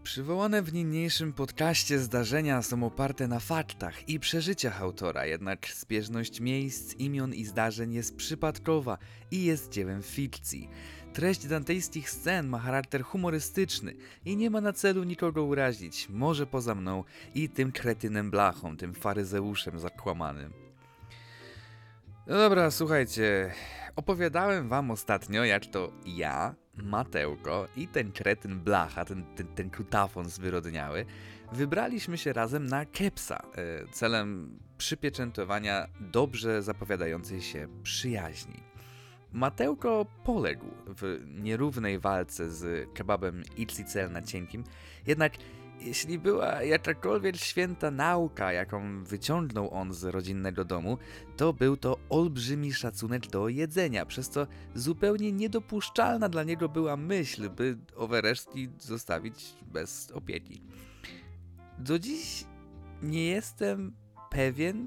Przywołane w niniejszym podcaście zdarzenia są oparte na faktach i przeżyciach autora, jednak zbieżność miejsc, imion i zdarzeń jest przypadkowa i jest dziełem fikcji. Treść dantejskich scen ma charakter humorystyczny i nie ma na celu nikogo urazić, może poza mną i tym kretynem blachą, tym faryzeuszem zakłamanym. No dobra, słuchajcie, opowiadałem wam ostatnio, jak to ja, Matełko i ten kretyn blacha, ten krutafon zwyrodniały, wybraliśmy się razem na Kepsa, celem przypieczętowania dobrze zapowiadającej się przyjaźni. Matełko poległ w nierównej walce z kebabem XXL na cienkim, jednak jeśli była jakakolwiek święta nauka, jaką wyciągnął on z rodzinnego domu, to był to olbrzymi szacunek do jedzenia, przez co zupełnie niedopuszczalna dla niego była myśl, by owe resztki zostawić bez opieki. Do dziś nie jestem pewien,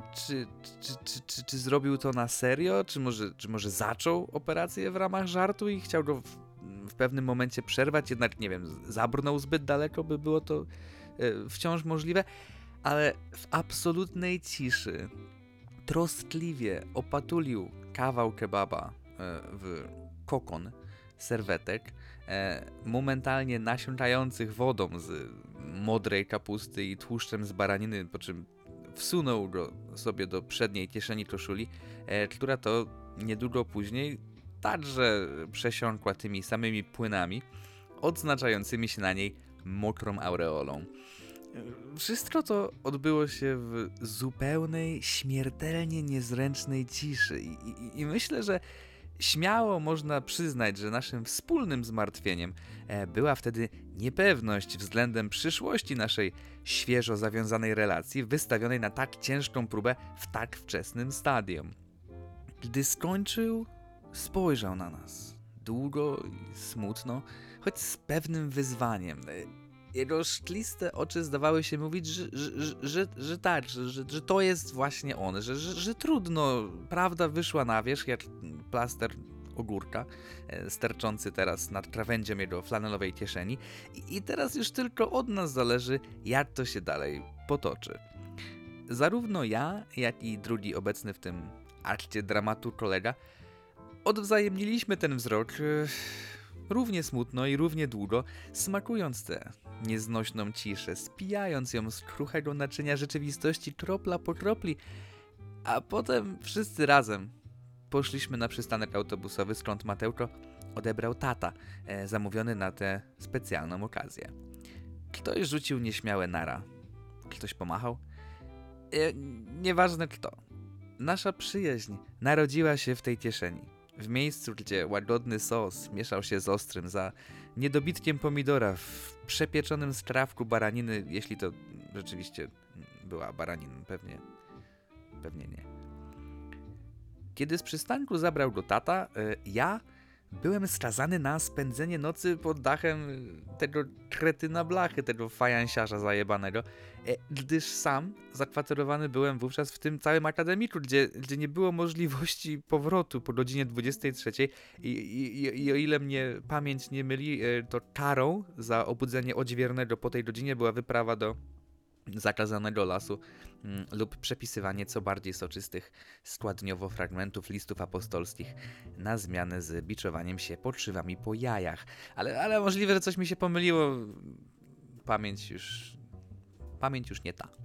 czy zrobił to na serio, czy może zaczął operację w ramach żartu i chciał go w pewnym momencie przerwać, jednak nie wiem, zabrnął zbyt daleko, by było to wciąż możliwe, ale w absolutnej ciszy troskliwie opatulił kawał kebaba w kokon serwetek, momentalnie nasiąkających wodą z modrej kapusty i tłuszczem z baraniny, po czym wsunął go sobie do przedniej kieszeni koszuli, która to niedługo później także przesiąkła tymi samymi płynami, odznaczającymi się na niej mokrą aureolą. Wszystko to odbyło się w zupełnej, śmiertelnie niezręcznej ciszy i myślę, że śmiało można przyznać, że naszym wspólnym zmartwieniem była wtedy niepewność względem przyszłości naszej świeżo zawiązanej relacji, wystawionej na tak ciężką próbę w tak wczesnym stadium. Gdy skończył, spojrzał na nas długo i smutno, choć z pewnym wyzwaniem. Jego szkliste oczy zdawały się mówić, że tak, że to jest właśnie on, że trudno, prawda wyszła na wierzch jak plaster ogórka, sterczący teraz nad krawędzią jego flanelowej kieszeni i teraz już tylko od nas zależy, jak to się dalej potoczy. Zarówno ja, jak i drugi obecny w tym akcie dramatu kolega odwzajemniliśmy ten wzrok równie smutno i równie długo, smakując tę nieznośną ciszę, spijając ją z kruchego naczynia rzeczywistości kropla po kropli, a potem wszyscy razem poszliśmy na przystanek autobusowy, skąd Matełko odebrał tata, zamówiony na tę specjalną okazję. Ktoś rzucił nieśmiałe nara, ktoś pomachał, nieważne kto. Nasza przyjaźń narodziła się w tej kieszeni. W miejscu, gdzie łagodny sos mieszał się z ostrym za niedobitkiem pomidora w przepieczonym strawku baraniny, jeśli to rzeczywiście była baranina, pewnie nie. Kiedy z przystanku zabrał go tata, ja byłem skazany na spędzenie nocy pod dachem tego kretyna blachy, tego fajansiarza zajebanego, gdyż sam zakwaterowany byłem wówczas w tym całym akademiku, gdzie nie było możliwości powrotu po godzinie 23 i o ile mnie pamięć nie myli, to karą za obudzenie odźwiernego po tej godzinie była wyprawa do zakazanego lasu lub przepisywanie co bardziej soczystych składniowo fragmentów listów apostolskich na zmianę z biczowaniem się podszywami po jajach. Ale możliwe, że coś mi się pomyliło. Pamięć już nie ta.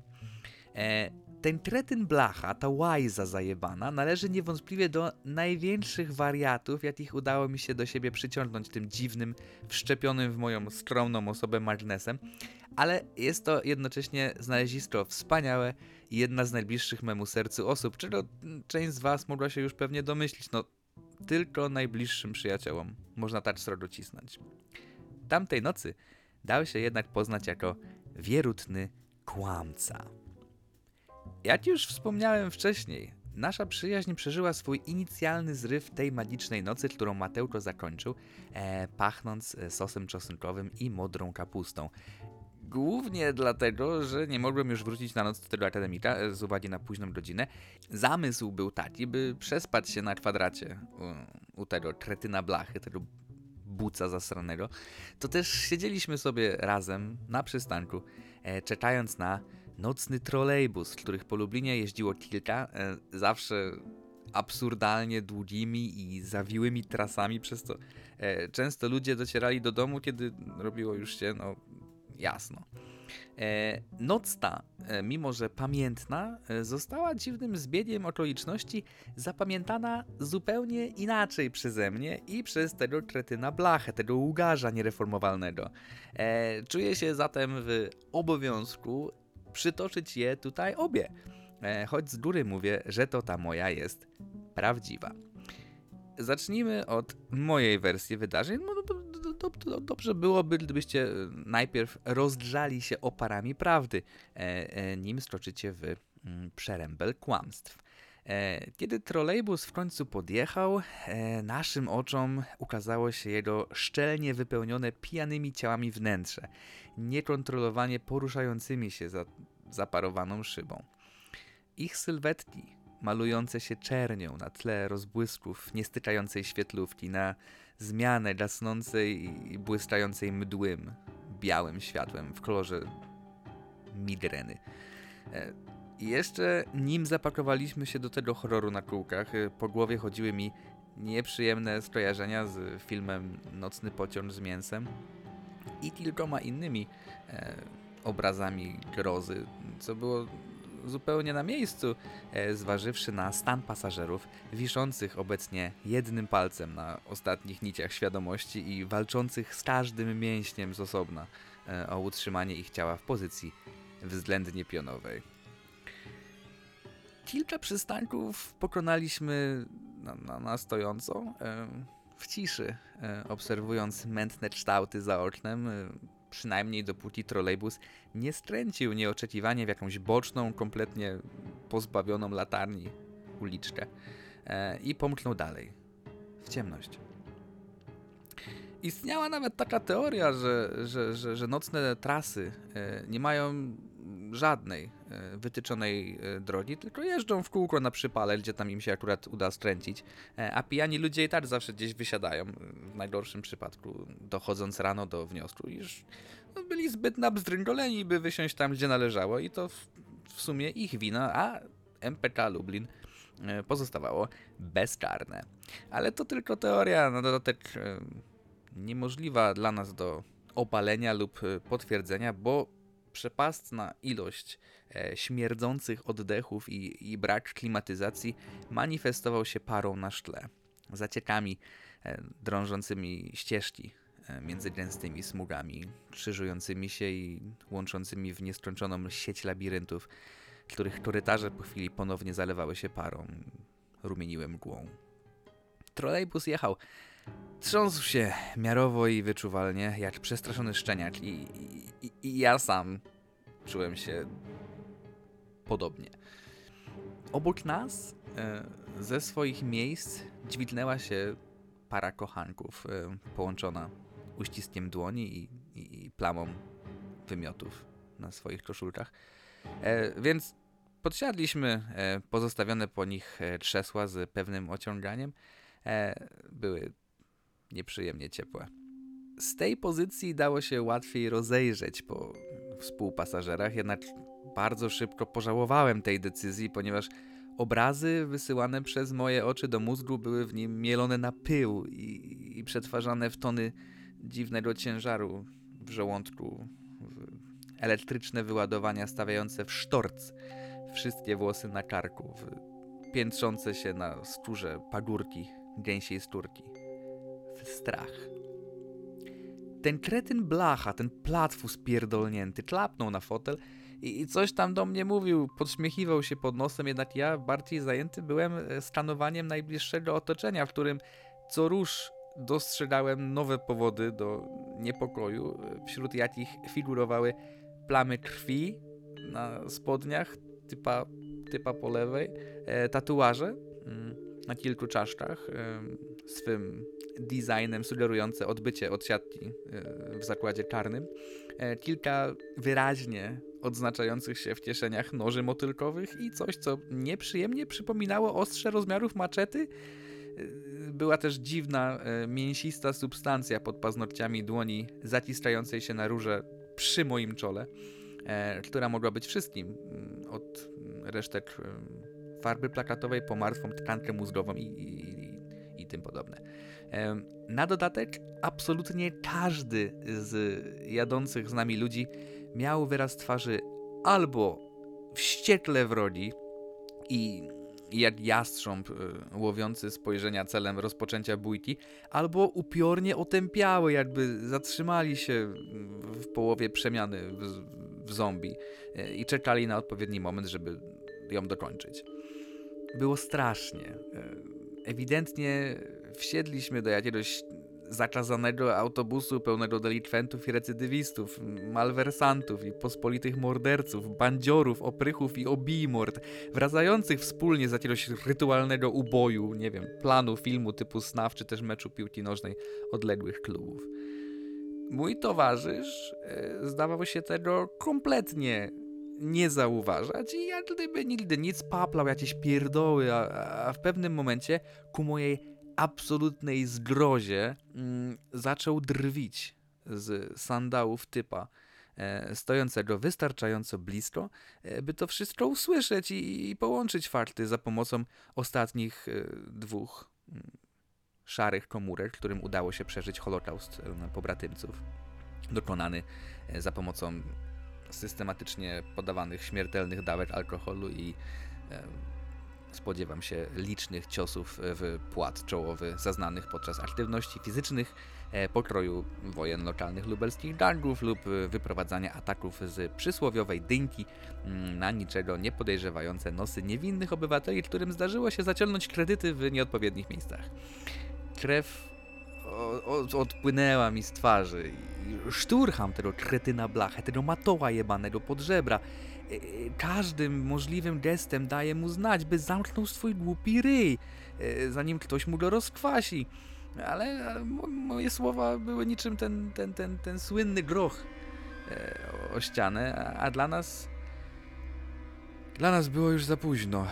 Ten kretyn blacha, ta łajza zajebana, należy niewątpliwie do największych wariatów, jakich udało mi się do siebie przyciągnąć tym dziwnym, wszczepionym w moją skromną osobę magnesem, ale jest to jednocześnie znalezisko wspaniałe i jedna z najbliższych memu sercu osób, czego część z was mogła się już pewnie domyślić, no tylko najbliższym przyjaciołom można tak srogo cisnąć. Tamtej nocy dał się jednak poznać jako wierutny kłamca. Jak już wspomniałem wcześniej, nasza przyjaźń przeżyła swój inicjalny zryw tej magicznej nocy, którą Matełko zakończył, pachnąc sosem czosnkowym i modrą kapustą. Głównie dlatego, że nie mogłem już wrócić na noc do tego akademika z uwagi na późną godzinę. Zamysł był taki, by przespać się na kwadracie u tego kretyna blachy, tego buca zasranego, to też siedzieliśmy sobie razem na przystanku, czekając na nocny trolejbus, których po Lublinie jeździło kilka, zawsze absurdalnie długimi i zawiłymi trasami, przez to często ludzie docierali do domu, kiedy robiło już się, jasno. Noc ta, mimo że pamiętna, została dziwnym zbiegiem okoliczności zapamiętana zupełnie inaczej przeze mnie i przez tego kretyna Blachę, tego łgarza niereformowalnego. Czuję się zatem w obowiązku przytoczyć je tutaj obie, choć z góry mówię, że to ta moja jest prawdziwa. Zacznijmy od mojej wersji wydarzeń. Dobrze byłoby, gdybyście najpierw rozgrzali się oparami prawdy, nim skoczycie w przerębel kłamstw. Kiedy trolejbus w końcu podjechał, naszym oczom ukazało się jego szczelnie wypełnione pijanymi ciałami wnętrze, niekontrolowanie poruszającymi się za zaparowaną szybą. Ich sylwetki, malujące się czernią na tle rozbłysków niestykającej świetlówki, na zmianę gasnącej i błyszczającej mdłym, białym światłem w kolorze migreny. I jeszcze nim zapakowaliśmy się do tego horroru na kółkach, po głowie chodziły mi nieprzyjemne skojarzenia z filmem Nocny pociąg z mięsem i kilkoma innymi obrazami grozy, co było zupełnie na miejscu, zważywszy na stan pasażerów, wiszących obecnie jednym palcem na ostatnich niciach świadomości i walczących z każdym mięśniem z osobna o utrzymanie ich ciała w pozycji względnie pionowej. Kilka przystanków pokonaliśmy na stojąco, w ciszy, obserwując mętne kształty za oknem, przynajmniej dopóki trolejbus nie skręcił nieoczekiwanie w jakąś boczną, kompletnie pozbawioną latarni uliczkę i pomknął dalej, w ciemność. Istniała nawet taka teoria, że nocne trasy nie mają żadnej wytyczonej drogi, tylko jeżdżą w kółko na przypale, gdzie tam im się akurat uda skręcić, a pijani ludzie i tak zawsze gdzieś wysiadają, w najgorszym przypadku dochodząc rano do wniosku, iż byli zbyt nabzdręgoleni, by wysiąść tam, gdzie należało i to w sumie ich wina, a MPK Lublin pozostawało bezkarne. Ale to tylko teoria, na dodatek niemożliwa dla nas do obalenia lub potwierdzenia, bo przepastna ilość śmierdzących oddechów i brak klimatyzacji manifestował się parą na szkle, zaciekami drążącymi ścieżki między gęstymi smugami, krzyżującymi się i łączącymi w nieskończoną sieć labiryntów, których korytarze po chwili ponownie zalewały się parą, rumieniły mgłą. Trolejbus jechał. Trząsł się miarowo i wyczuwalnie, jak przestraszony szczeniak i ja sam czułem się podobnie. Obok nas ze swoich miejsc dźwignęła się para kochanków, połączona uściskiem dłoni i plamą wymiotów na swoich koszulkach. Więc podsiadliśmy pozostawione po nich krzesła z pewnym ociąganiem. Były nieprzyjemnie ciepłe. Z tej pozycji dało się łatwiej rozejrzeć po współpasażerach, jednak bardzo szybko pożałowałem tej decyzji, ponieważ obrazy wysyłane przez moje oczy do mózgu były w nim mielone na pył i przetwarzane w tony dziwnego ciężaru w żołądku, elektryczne wyładowania stawiające w sztorc wszystkie włosy na karku, piętrzące się na skórze pagórki gęsiej skórki. W strach. Ten kretyn Blacha, ten platfus pierdolnięty, klapnął na fotel i coś tam do mnie mówił, podśmiechiwał się pod nosem, jednak ja bardziej zajęty byłem skanowaniem najbliższego otoczenia, w którym co rusz dostrzegałem nowe powody do niepokoju, wśród jakich figurowały plamy krwi na spodniach, typa po lewej, tatuaże na kilku czaszkach, swym designem sugerujące odbycie od siatki w zakładzie karnym, kilka wyraźnie odznaczających się w kieszeniach noży motylkowych i coś, co nieprzyjemnie przypominało ostrze rozmiarów maczety, była też dziwna, mięsista substancja pod paznokciami dłoni zaciskającej się na rurze przy moim czole, która mogła być wszystkim, od resztek farby plakatowej po martwą tkankę mózgową i tym podobne. Na dodatek absolutnie każdy z jadących z nami ludzi miał wyraz twarzy albo wściekle wrogi i jak jastrząb łowiący spojrzenia celem rozpoczęcia bójki, albo upiornie otępiały, jakby zatrzymali się w połowie przemiany w zombie i czekali na odpowiedni moment, żeby ją dokończyć. Było strasznie. Ewidentnie wsiedliśmy do jakiegoś zakazanego autobusu pełnego delikwentów i recydywistów, malwersantów i pospolitych morderców, bandziorów, oprychów i obijmord, wracających wspólnie z jakiegoś rytualnego uboju, nie wiem, planu, filmu typu SNAF czy też meczu piłki nożnej odległych klubów. Mój towarzysz zdawał się tego kompletnie nie zauważać i jak gdyby nigdy nic paplał, jakieś pierdoły, a w pewnym momencie ku mojej absolutnej zgrozie zaczął drwić z sandałów typa stojącego wystarczająco blisko, by to wszystko usłyszeć i połączyć fakty za pomocą ostatnich dwóch szarych komórek, którym udało się przeżyć Holokaust pobratymców, dokonany za pomocą systematycznie podawanych śmiertelnych dawek alkoholu i spodziewam się licznych ciosów w płat czołowy zaznanych podczas aktywności fizycznych pokroju wojen lokalnych lubelskich gangów lub wyprowadzania ataków z przysłowiowej dynki na niczego nie podejrzewające nosy niewinnych obywateli, którym zdarzyło się zaciągnąć kredyty w nieodpowiednich miejscach. Krew odpłynęła mi z twarzy. Szturcham tego kretyna blachę, tego matoła jebanego pod żebra. Każdym możliwym gestem daje mu znać, by zamknął swój głupi ryj, zanim ktoś mu go rozkwasi. Ale moje słowa były niczym ten słynny groch o ścianę, a dla nas było już za późno.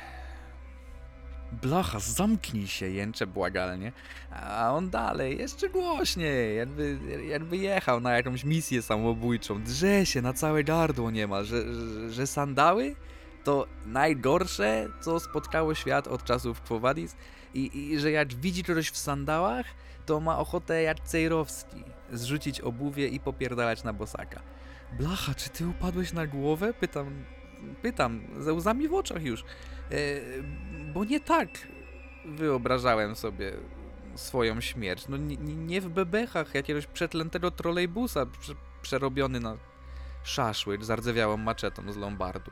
Blacha, zamknij się, jęczę błagalnie, a on dalej, jeszcze głośniej, jakby jechał na jakąś misję samobójczą, drze się na całe gardło niemal, że sandały to najgorsze, co spotkało świat od czasów Quo Vadis i że jak widzi kogoś w sandałach, to ma ochotę jak Cejrowski zrzucić obuwie i popierdalać na bosaka. Blacha, czy ty upadłeś na głowę? Pytam, ze łzami w oczach już. Bo nie tak wyobrażałem sobie swoją śmierć. No nie w bebechach jakiegoś przeklętego trolejbusa przerobiony na szaszłyk zardzewiałą maczetą z Lombardu.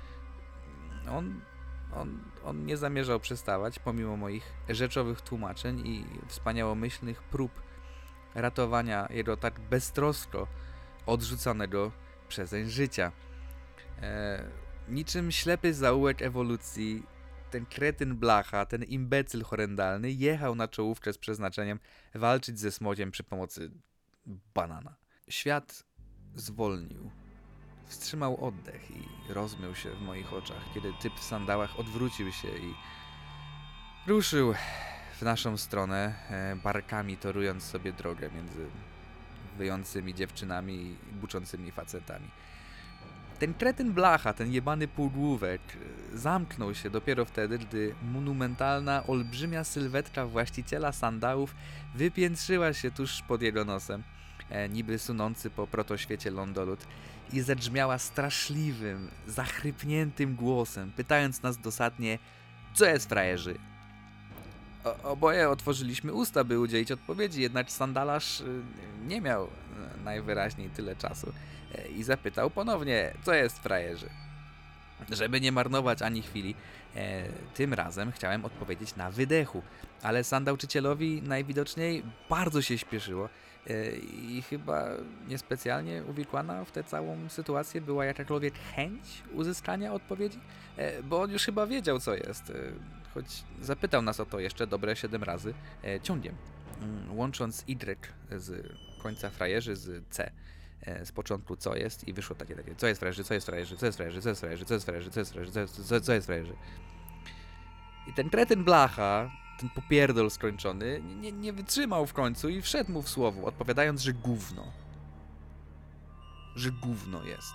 On nie zamierzał przestawać, pomimo moich rzeczowych tłumaczeń i wspaniałomyślnych prób ratowania jego tak beztrosko odrzucanego przezeń życia. Niczym ślepy zaułek ewolucji, ten kretyn blacha, ten imbecyl horrendalny jechał na czołówkę z przeznaczeniem walczyć ze smogiem przy pomocy banana. Świat zwolnił. Wstrzymał oddech i rozmył się w moich oczach, kiedy typ w sandałach odwrócił się i ruszył w naszą stronę, barkami torując sobie drogę między wyjącymi dziewczynami i buczącymi facetami. Ten kretyn blacha, ten jebany półgłówek zamknął się dopiero wtedy, gdy monumentalna, olbrzymia sylwetka właściciela sandałów wypiętrzyła się tuż pod jego nosem, niby sunący po protoświecie lądolud, i zadrzmiała straszliwym, zachrypniętym głosem, pytając nas dosadnie, co jest, frajerzy? Oboje otworzyliśmy usta, by udzielić odpowiedzi, jednak sandalarz nie miał najwyraźniej tyle czasu i zapytał ponownie, co jest, frajerzy? Żeby nie marnować ani chwili, tym razem chciałem odpowiedzieć na wydechu, ale sandałczycielowi najwidoczniej bardzo się śpieszyło i chyba niespecjalnie uwikłana w tę całą sytuację była jakakolwiek chęć uzyskania odpowiedzi, bo on już chyba wiedział, co jest, choć zapytał nas o to jeszcze dobre 7 razy ciągiem, łącząc Y z końca frajerzy z C. Z początku co jest i wyszło takie, co jest frajerzy, co jest frajerzy, co jest frajerzy, co jest frajerzy, co jest frajerzy, co jest frajerzy, co jest frajerzy. I ten kretyn blacha ten popierdol skończony nie wytrzymał w końcu i wszedł mu w słowo, odpowiadając, że gówno. Że gówno jest.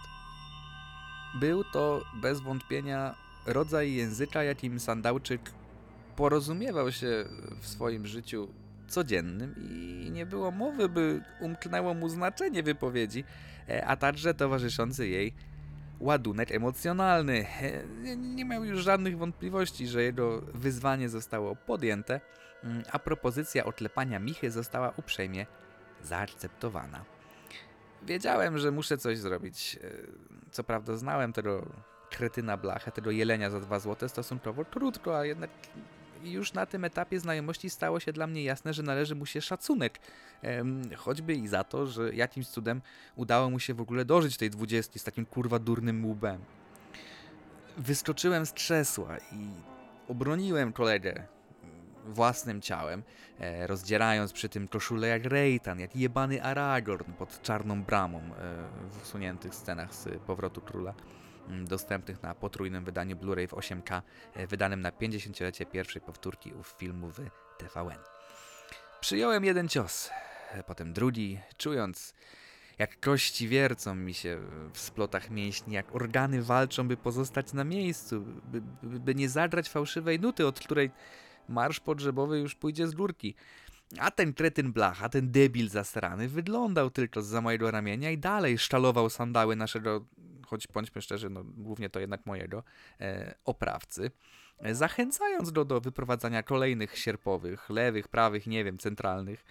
Był to bez wątpienia rodzaj języka, jakim Sandałczyk porozumiewał się w swoim życiu codziennym i nie było mowy, by umknęło mu znaczenie wypowiedzi, a także towarzyszący jej ładunek emocjonalny. Nie miał już żadnych wątpliwości, że jego wyzwanie zostało podjęte, a propozycja oklepania Michy została uprzejmie zaakceptowana. Wiedziałem, że muszę coś zrobić. Co prawda znałem tego kretyna blachę, tego jelenia za 2 złote stosunkowo krótko, a jednak już na tym etapie znajomości stało się dla mnie jasne, że należy mu się szacunek. Choćby i za to, że jakimś cudem udało mu się w ogóle dożyć tej 20 z takim kurwa durnym łbem. Wyskoczyłem z krzesła i obroniłem kolegę własnym ciałem, rozdzierając przy tym koszulę jak Rejtan, jak jebany Aragorn pod czarną bramą w usuniętych scenach z Powrotu Króla, dostępnych na potrójnym wydaniu Blu-ray w 8K, wydanym na 50-lecie pierwszej powtórki ów filmu w TVN. Przyjąłem jeden cios, potem drugi, czując jak kości wiercą mi się w splotach mięśni, jak organy walczą, by pozostać na miejscu, by nie zagrać fałszywej nuty, od której marsz pogrzebowy już pójdzie z górki. A ten kretyn blacha, ten debil zasrany, wyglądał tylko zza mojego ramienia i dalej sztalował sandały naszego, choć bądźmy szczerzy, no głównie to jednak mojego, oprawcy, zachęcając go do wyprowadzania kolejnych sierpowych, lewych, prawych, nie wiem, centralnych.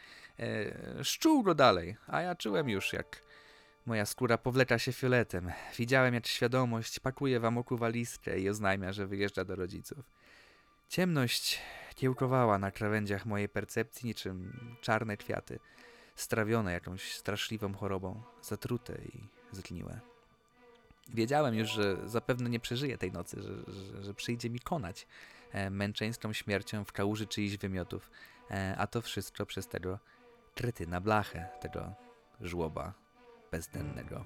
Szczuł go dalej, a ja czułem już, jak moja skóra powleka się fioletem. Widziałem, jak świadomość pakuje w amoku walizkę i oznajmia, że wyjeżdża do rodziców. Ciemność kiełkowała na krawędziach mojej percepcji niczym czarne kwiaty, strawione jakąś straszliwą chorobą, zatrute i zgniłe. Wiedziałem już, że zapewne nie przeżyję tej nocy, że przyjdzie mi konać męczeńską śmiercią w kałuży czyichś wymiotów, a to wszystko przez tego kretyna blachę, tego żłoba bezdennego.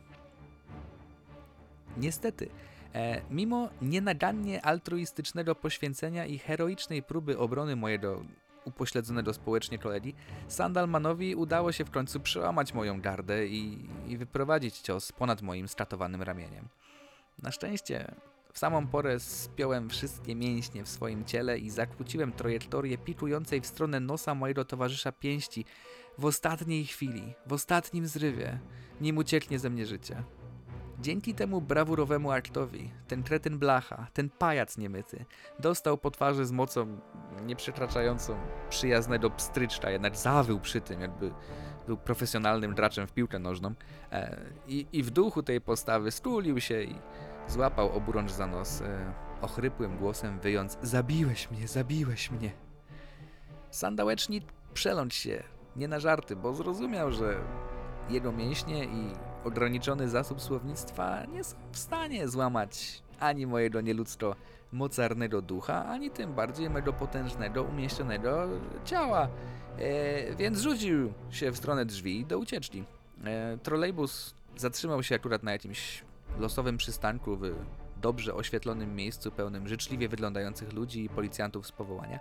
Niestety, mimo nienagannie altruistycznego poświęcenia i heroicznej próby obrony mojego upośledzonego społecznie kolegi, Sandalmanowi udało się w końcu przełamać moją gardę i wyprowadzić cios ponad moim skatowanym ramieniem. Na szczęście w samą porę spiąłem wszystkie mięśnie w swoim ciele i zakłóciłem trajektorię pikującej w stronę nosa mojego towarzysza pięści w ostatniej chwili, w ostatnim zrywie, nim ucieknie ze mnie życie. Dzięki temu brawurowemu aktowi, ten kretyn blacha, ten pajac niemyty, dostał po twarzy z mocą nieprzekraczającą przyjaznego pstryczka, jednak zawył przy tym, jakby był profesjonalnym graczem w piłkę nożną i w duchu tej postawy skulił się i złapał oburącz za nos, ochrypłym głosem wyjąc: zabiłeś mnie, zabiłeś mnie. Sandałecznik przeląkł się, nie na żarty, bo zrozumiał, że jego mięśnie i ograniczony zasób słownictwa nie są w stanie złamać ani mojego nieludzko mocarnego ducha, ani tym bardziej mego potężnego, umieśnionego ciała. Więc rzucił się w stronę drzwi do ucieczki. Trolejbus zatrzymał się akurat na jakimś losowym przystanku w dobrze oświetlonym miejscu pełnym życzliwie wyglądających ludzi i policjantów z powołania.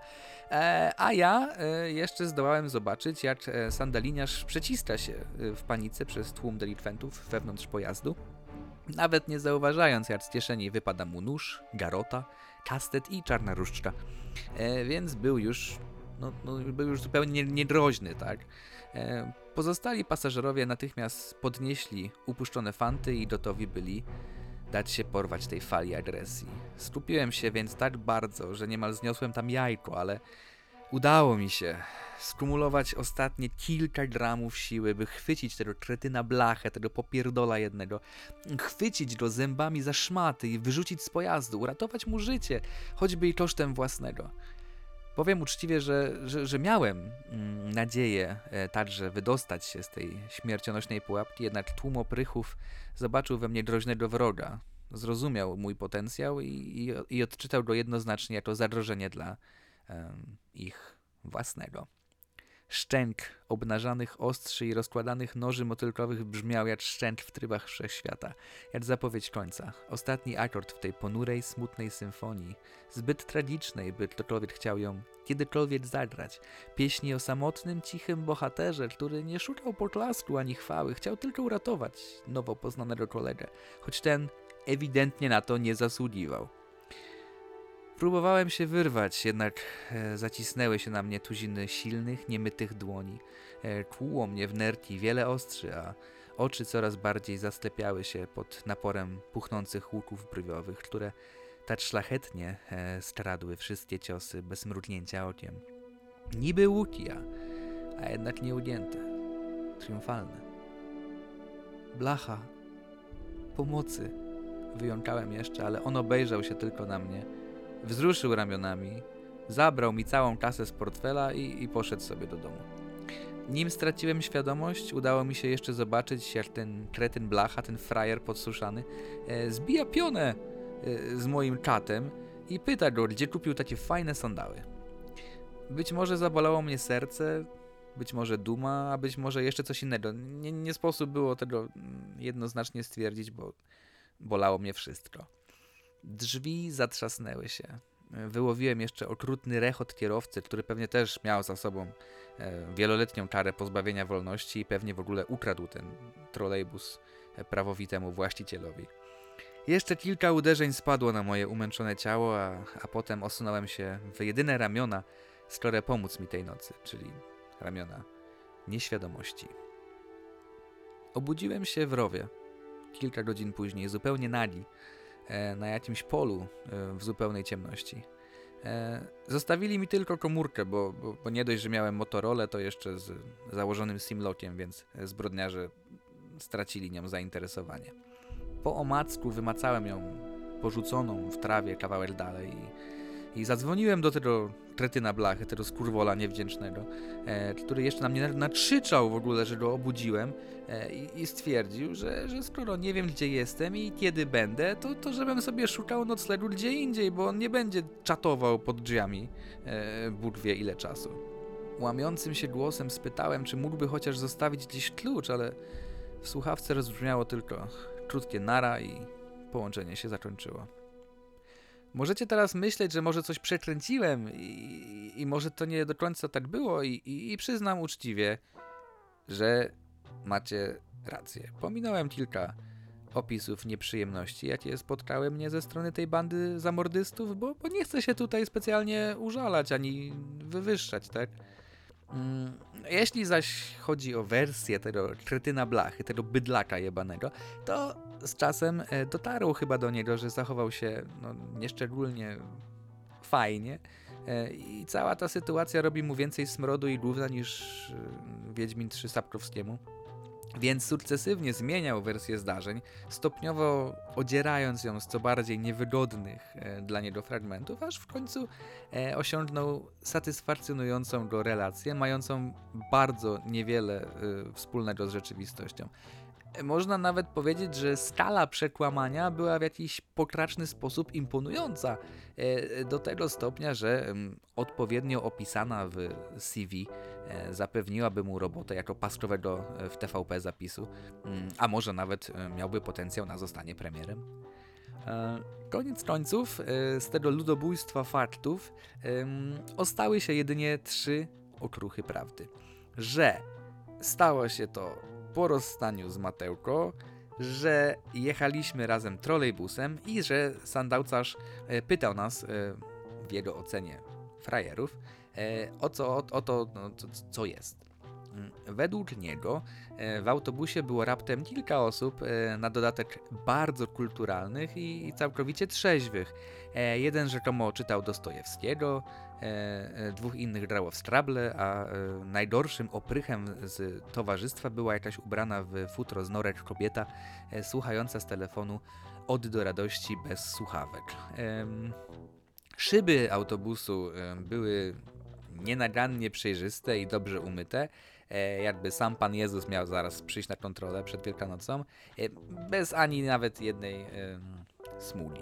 A ja jeszcze zdołałem zobaczyć, jak sandaliniarz przeciska się w panice przez tłum delikwentów wewnątrz pojazdu, nawet nie zauważając, jak z kieszeni wypada mu nóż, garota, kastet i czarna różdżka. Więc był już zupełnie niedroźny, tak? Pozostali pasażerowie natychmiast podnieśli upuszczone fanty i gotowi byli dać się porwać tej fali agresji. Skupiłem się więc tak bardzo, że niemal zniosłem tam jajko, ale udało mi się skumulować ostatnie kilka gramów siły, by chwycić tego kretyna blachę, tego popierdola jednego, chwycić go zębami za szmaty i wyrzucić z pojazdu, uratować mu życie, choćby i kosztem własnego. Powiem uczciwie, że miałem nadzieję także wydostać się z tej śmiercionośnej pułapki, jednak tłum oprychów zobaczył we mnie groźnego wroga. Zrozumiał mój potencjał i odczytał go jednoznacznie jako zagrożenie dla ich własnego. Szczęk obnażanych ostrzy i rozkładanych noży motylkowych brzmiał jak szczęk w trybach wszechświata, jak zapowiedź końca. Ostatni akord w tej ponurej, smutnej symfonii, zbyt tragicznej, by ktokolwiek chciał ją kiedykolwiek zagrać. Pieśni o samotnym, cichym bohaterze, który nie szukał poklasku ani chwały, chciał tylko uratować nowo poznanego kolegę, choć ten ewidentnie na to nie zasługiwał. Próbowałem się wyrwać, jednak zacisnęły się na mnie tuziny silnych, niemytych dłoni. Kłuło mnie w nerki wiele ostrzy, a oczy coraz bardziej zaslepiały się pod naporem puchnących łuków brwiowych, które tak szlachetnie skradły wszystkie ciosy bez mrugnięcia okiem. Niby łuki, a jednak nieugięte, triumfalne. Blacha, pomocy, wyjąkałem jeszcze, ale on obejrzał się tylko na mnie. Wzruszył ramionami, zabrał mi całą kasę z portfela i poszedł sobie do domu. Nim straciłem świadomość, udało mi się jeszcze zobaczyć, jak ten kretyn Blacha, ten frajer podsuszany, zbija pionę z moim czatem i pyta go, gdzie kupił takie fajne sandały. Być może zabolało mnie serce, być może duma, a być może jeszcze coś innego. Nie sposób było tego jednoznacznie stwierdzić, bo bolało mnie wszystko. Drzwi zatrzasnęły się. Wyłowiłem jeszcze okrutny rechot kierowcy, który pewnie też miał za sobą wieloletnią karę pozbawienia wolności i pewnie w ogóle ukradł ten trolejbus prawowitemu właścicielowi. Jeszcze kilka uderzeń spadło na moje umęczone ciało, a potem osunąłem się w jedyne ramiona, skoro pomóc mi tej nocy, czyli ramiona nieświadomości. Obudziłem się w rowie. Kilka godzin później, zupełnie nagi, na jakimś polu w zupełnej ciemności. Zostawili mi tylko komórkę, bo nie dość, że miałem Motorola, to jeszcze z założonym simlockiem, więc zbrodniarze stracili nią zainteresowanie. Po omacku wymacałem ją porzuconą w trawie kawałek dalej i zadzwoniłem do tego kretyna Blachy, tego skurwola niewdzięcznego, który jeszcze na mnie nakrzyczał w ogóle, że go obudziłem i stwierdził, że skoro nie wiem, gdzie jestem i kiedy będę, to żebym sobie szukał noclegu gdzie indziej, bo on nie będzie czatował pod drzwiami Bóg wie ile czasu. Łamiącym się głosem spytałem, czy mógłby chociaż zostawić gdzieś klucz, ale w słuchawce rozbrzmiało tylko krótkie nara i połączenie się zakończyło. Możecie teraz myśleć, że może coś przekręciłem i może to nie do końca tak było i przyznam uczciwie, że macie rację. Pominąłem kilka opisów nieprzyjemności, jakie spotkały mnie ze strony tej bandy zamordystów, bo nie chcę się tutaj specjalnie użalać ani wywyższać, tak? Jeśli zaś chodzi o wersję tego kretyna Blachy, tego bydlaka jebanego, to z czasem dotarło chyba do niego, że zachował się nieszczególnie fajnie i cała ta sytuacja robi mu więcej smrodu i gówna niż Wiedźmin 3 Sapkowskiemu. Więc sukcesywnie zmieniał wersję zdarzeń, stopniowo odzierając ją z co bardziej niewygodnych dla niego fragmentów, aż w końcu osiągnął satysfakcjonującą go relację, mającą bardzo niewiele wspólnego z rzeczywistością. Można nawet powiedzieć, że skala przekłamania była w jakiś pokraczny sposób imponująca, do tego stopnia, że odpowiednio opisana w CV zapewniłaby mu robotę jako pastkowego w TVP zapisu, a może nawet miałby potencjał na zostanie premierem. Koniec końców, z tego ludobójstwa faktów ostały się jedynie 3 okruchy prawdy. Że stało się to po rozstaniu z Mateuko, że jechaliśmy razem trolejbusem i że sandałcarz pytał nas w jego ocenie frajerów o to, co jest. Według niego w autobusie było raptem kilka osób, na dodatek bardzo kulturalnych i całkowicie trzeźwych. Jeden rzekomo czytał Dostojewskiego, 2 innych grało w Scrabble, a najgorszym oprychem z towarzystwa była jakaś ubrana w futro z norek kobieta, słuchająca z telefonu Ody do radości bez słuchawek. Szyby autobusu były nienagannie przejrzyste i dobrze umyte, jakby sam Pan Jezus miał zaraz przyjść na kontrolę przed Wielkanocą, bez ani nawet jednej smugi.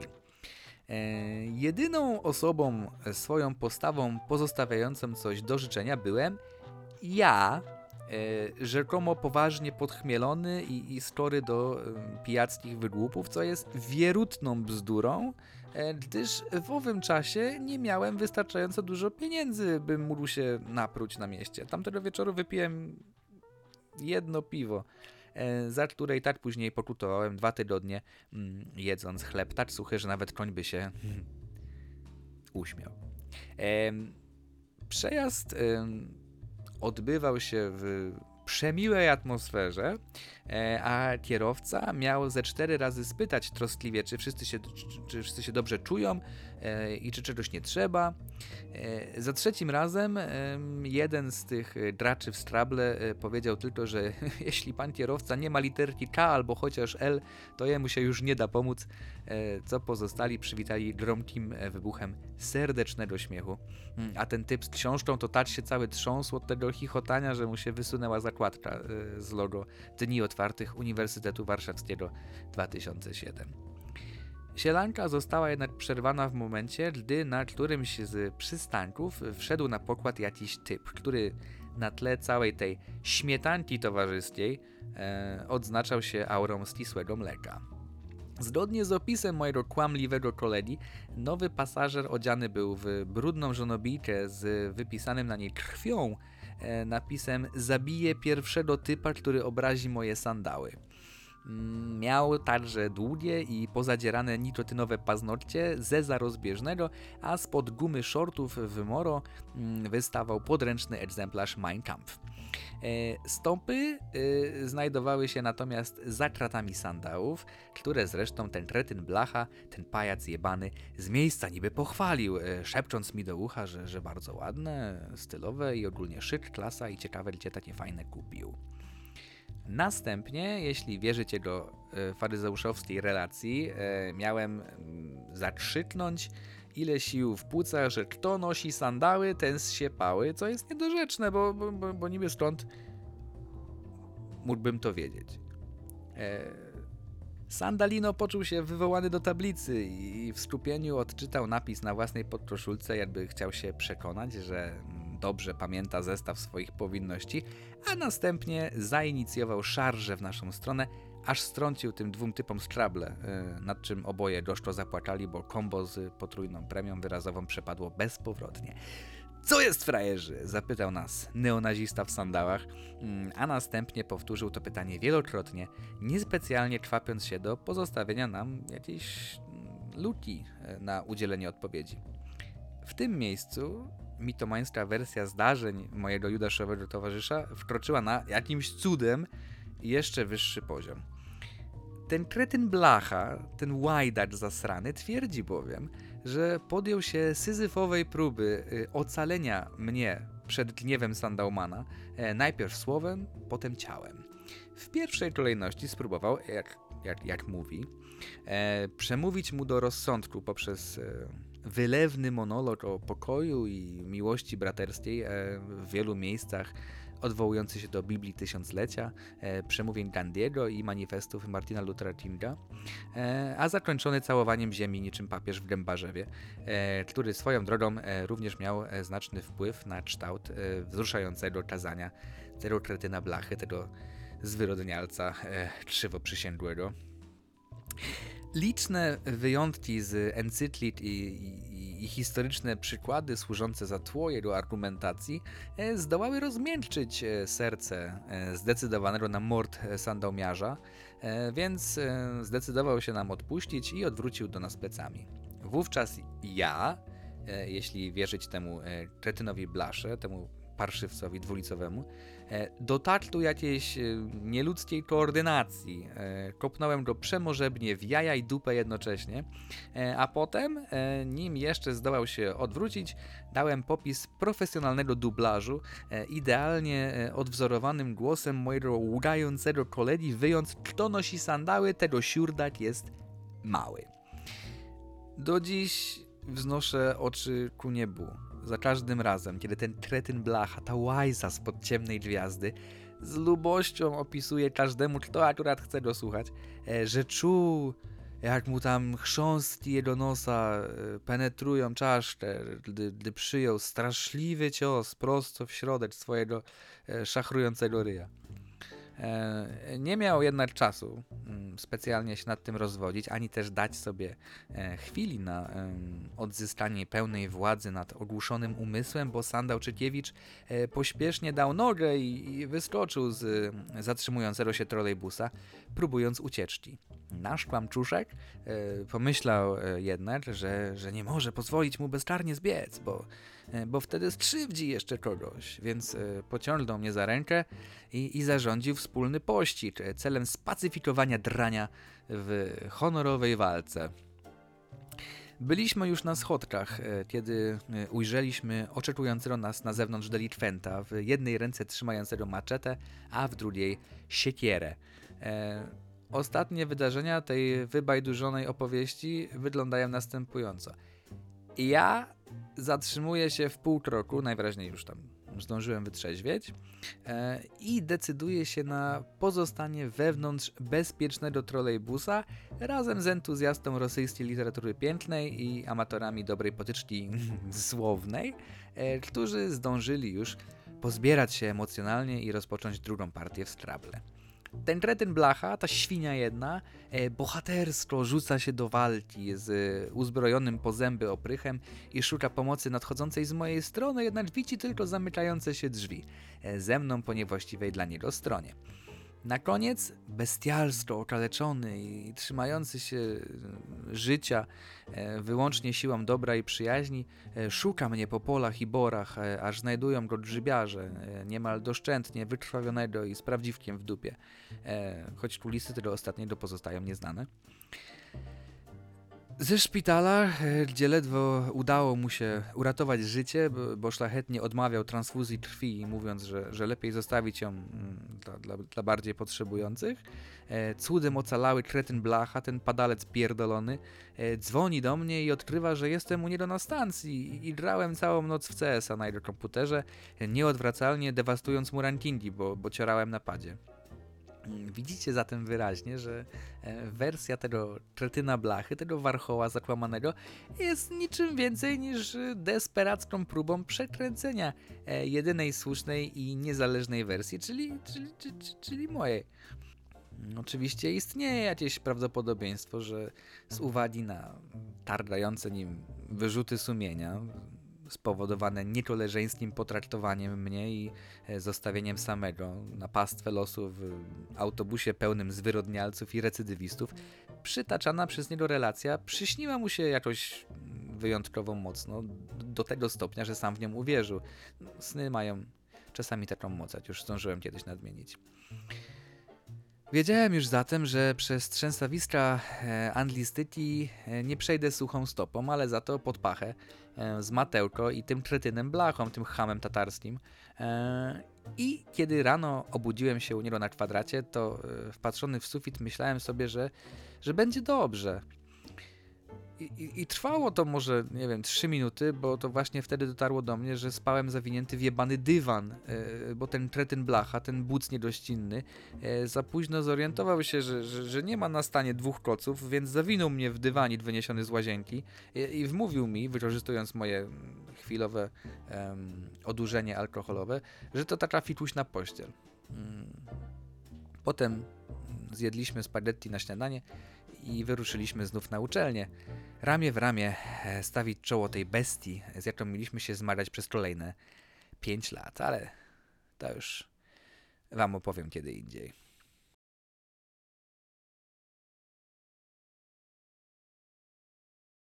Jedyną osobą swoją postawą pozostawiającą coś do życzenia byłem ja, rzekomo poważnie podchmielony i skory do pijackich wygłupów, co jest wierutną bzdurą, gdyż w owym czasie nie miałem wystarczająco dużo pieniędzy, bym mógł się napruć na mieście. Tamtego wieczoru wypiłem jedno piwo, za które i tak później pokutowałem 2 tygodnie, jedząc chleb tak suchy, że nawet koń by się uśmiał. Przejazd odbywał się w przemiłej atmosferze, a kierowca miał ze 4 razy spytać troskliwie, czy wszyscy się dobrze czują i czy czegoś nie trzeba. Za 3 razem jeden z tych graczy w Scrabble powiedział tylko, że jeśli pan kierowca nie ma literki K albo chociaż L, to jemu się już nie da pomóc, co pozostali przywitali gromkim wybuchem serdecznego śmiechu. A ten typ z książką to tak się cały trząsł od tego chichotania, że mu się wysunęła zakładka z logo Dni Otwartych Uniwersytetu Warszawskiego 2007. Sielanka została jednak przerwana w momencie, gdy na którymś z przystanków wszedł na pokład jakiś typ, który na tle całej tej śmietanki towarzyskiej odznaczał się aurą ścisłego mleka. Zgodnie z opisem mojego kłamliwego kolegi, nowy pasażer odziany był w brudną żonobijkę z wypisanym na niej krwią napisem „Zabiję pierwszego typa, który obrazi moje sandały”. Miał także długie i pozadzierane nikotynowe paznokcie zeza rozbieżnego, a spod gumy shortów w moro wystawał podręczny egzemplarz Mein Kampf. Stopy znajdowały się natomiast za kratami sandałów, które zresztą ten kretyn blacha, ten pajac jebany, z miejsca niby pochwalił, szepcząc mi do ucha, że bardzo ładne, stylowe i ogólnie szyk, klasa i ciekawe, gdzie takie fajne kupił. Następnie, jeśli wierzyć jego faryzeuszowskiej relacji, miałem zakrzyknąć ile sił w płucach, że kto nosi sandały, ten zsie pały, co jest niedorzeczne, bo niby stąd mógłbym to wiedzieć. Sandalino poczuł się wywołany do tablicy i w skupieniu odczytał napis na własnej podkoszulce, jakby chciał się przekonać, że dobrze pamięta zestaw swoich powinności, a następnie zainicjował szarżę w naszą stronę, aż strącił tym 2 typom Scrabble, nad czym oboje gorzko zapłakali, bo kombo z potrójną premią wyrazową przepadło bezpowrotnie. Co jest, frajerzy? Zapytał nas neonazista w sandałach, a następnie powtórzył to pytanie wielokrotnie, niespecjalnie kwapiąc się do pozostawienia nam jakiejś luki na udzielenie odpowiedzi. W tym miejscu mitomańska wersja zdarzeń mojego judaszowego towarzysza wkroczyła na jakimś cudem jeszcze wyższy poziom. Ten kretyn blacha, ten łajdak zasrany, twierdzi bowiem, że podjął się syzyfowej próby ocalenia mnie przed gniewem Sandaumana, najpierw słowem, potem ciałem. W pierwszej kolejności spróbował, jak mówi, przemówić mu do rozsądku poprzez wylewny monolog o pokoju i miłości braterskiej w wielu miejscach odwołujący się do Biblii Tysiąclecia, przemówień Gandiego i manifestów Martina Luthera Kinga, a zakończony całowaniem ziemi niczym papież w Gębarzewie, który swoją drogą również miał znaczny wpływ na kształt wzruszającego kazania tego kretyna blachy, tego zwyrodnialca krzywoprzysięgłego. Liczne wyjątki z encyklik i historyczne przykłady służące za tło jego argumentacji zdołały rozmiękczyć serce zdecydowanego na mord sandałmiarza, więc zdecydował się nam odpuścić i odwrócił do nas plecami. Wówczas ja, jeśli wierzyć temu kretynowi blasze, temu parszywcowi dwulicowemu, do taktu jakiejś nieludzkiej koordynacji kopnąłem go przemożebnie w jaja i dupę jednocześnie, a potem, nim jeszcze zdołał się odwrócić, dałem popis profesjonalnego dublażu, idealnie odwzorowanym głosem mojego łgającego kolegi, wyjąc kto nosi sandały, tego siurdak jest mały. Do dziś wznoszę oczy ku niebu. Za każdym razem, kiedy ten kretyn blacha, ta łajza spod ciemnej gwiazdy, z lubością opisuje każdemu, kto akurat chce go słuchać, że czuł jak mu tam chrząstki jego nosa penetrują czaszkę, gdy przyjął straszliwy cios prosto w środek swojego szachrującego ryja. Nie miał jednak czasu specjalnie się nad tym rozwodzić, ani też dać sobie chwili na odzyskanie pełnej władzy nad ogłuszonym umysłem, bo Sandał Czykiewicz pośpiesznie dał nogę i wyskoczył z zatrzymującego się trolejbusa, próbując ucieczki. Nasz kłamczuszek pomyślał jednak, że nie może pozwolić mu bezkarnie zbiec, bo wtedy skrzywdzi jeszcze kogoś, więc pociągnął mnie za rękę i zarządził wspólny pościg celem spacyfikowania drania w honorowej walce. Byliśmy już na schodkach, kiedy ujrzeliśmy oczekującego nas na zewnątrz delikwenta, w jednej ręce trzymającego maczetę, a w drugiej siekierę. Ostatnie wydarzenia tej wybajdurzonej opowieści wyglądają następująco. Ja zatrzymuję się w pół kroku, najwyraźniej już tam zdążyłem wytrzeźwieć i decyduję się na pozostanie wewnątrz bezpiecznego trolejbusa razem z entuzjastą rosyjskiej literatury pięknej i amatorami dobrej potyczki słownej, którzy zdążyli już pozbierać się emocjonalnie i rozpocząć drugą partię w Scrabble. Ten kretyn blacha, ta świnia jedna, bohatersko rzuca się do walki z uzbrojonym po zęby oprychem i szuka pomocy nadchodzącej z mojej strony, jednak widzi tylko zamykające się drzwi, ze mną po niewłaściwej dla niego stronie. Na koniec, bestialsko okaleczony i trzymający się życia wyłącznie siłą dobra i przyjaźni, szuka mnie po polach i borach, aż znajdują go grzybiarze, niemal doszczętnie wykrwawionego i z prawdziwkiem w dupie, choć kulisy tego ostatniego pozostają nieznane. Ze szpitala, gdzie ledwo udało mu się uratować życie, bo szlachetnie odmawiał transfuzji krwi, mówiąc, że lepiej zostawić ją dla bardziej potrzebujących, cudem ocalały kretyn blacha, ten padalec pierdolony, dzwoni do mnie i odkrywa, że jestem u niego na stacji i grałem całą noc w CS-a na jego komputerze, nieodwracalnie dewastując mu rankingi, bo ciorałem na padzie. Widzicie zatem wyraźnie, że wersja tego kretyna blachy, tego warchoła zakłamanego jest niczym więcej niż desperacką próbą przekręcenia jedynej słusznej i niezależnej wersji, czyli mojej. Oczywiście istnieje jakieś prawdopodobieństwo, że z uwagi na targające nim wyrzuty sumienia, spowodowane niekoleżeńskim potraktowaniem mnie i zostawieniem samego na pastwę losu w autobusie pełnym zwyrodnialców i recydywistów, przytaczana przez niego relacja przyśniła mu się jakoś wyjątkowo mocno, do tego stopnia, że sam w nią uwierzył. Sny mają czasami taką moc, jak już zdążyłem kiedyś nadmienić. Wiedziałem już zatem, że przez trzęsawiska anglistyki nie przejdę suchą stopą, ale za to pod pachę z Matełko i tym kretynem blachą, tym chamem tatarskim. I kiedy rano obudziłem się u niego na kwadracie, to wpatrzony w sufit myślałem sobie, że będzie dobrze. I trwało to może, nie wiem, 3 minuty, bo to właśnie wtedy dotarło do mnie, że spałem zawinięty w jebany dywan, bo ten kretyn blacha, ten buc niedościnny, za późno zorientował się, że nie ma na stanie 2 koców, więc zawinął mnie w dywanik wyniesiony z łazienki i wmówił mi, wykorzystując moje chwilowe odurzenie alkoholowe, że to taka fituśna pościel. Potem zjedliśmy spaghetti na śniadanie i wyruszyliśmy znów na uczelnię, ramię w ramię stawić czoło tej bestii, z jaką mieliśmy się zmagać przez kolejne 5 lat, ale to już wam opowiem kiedy indziej.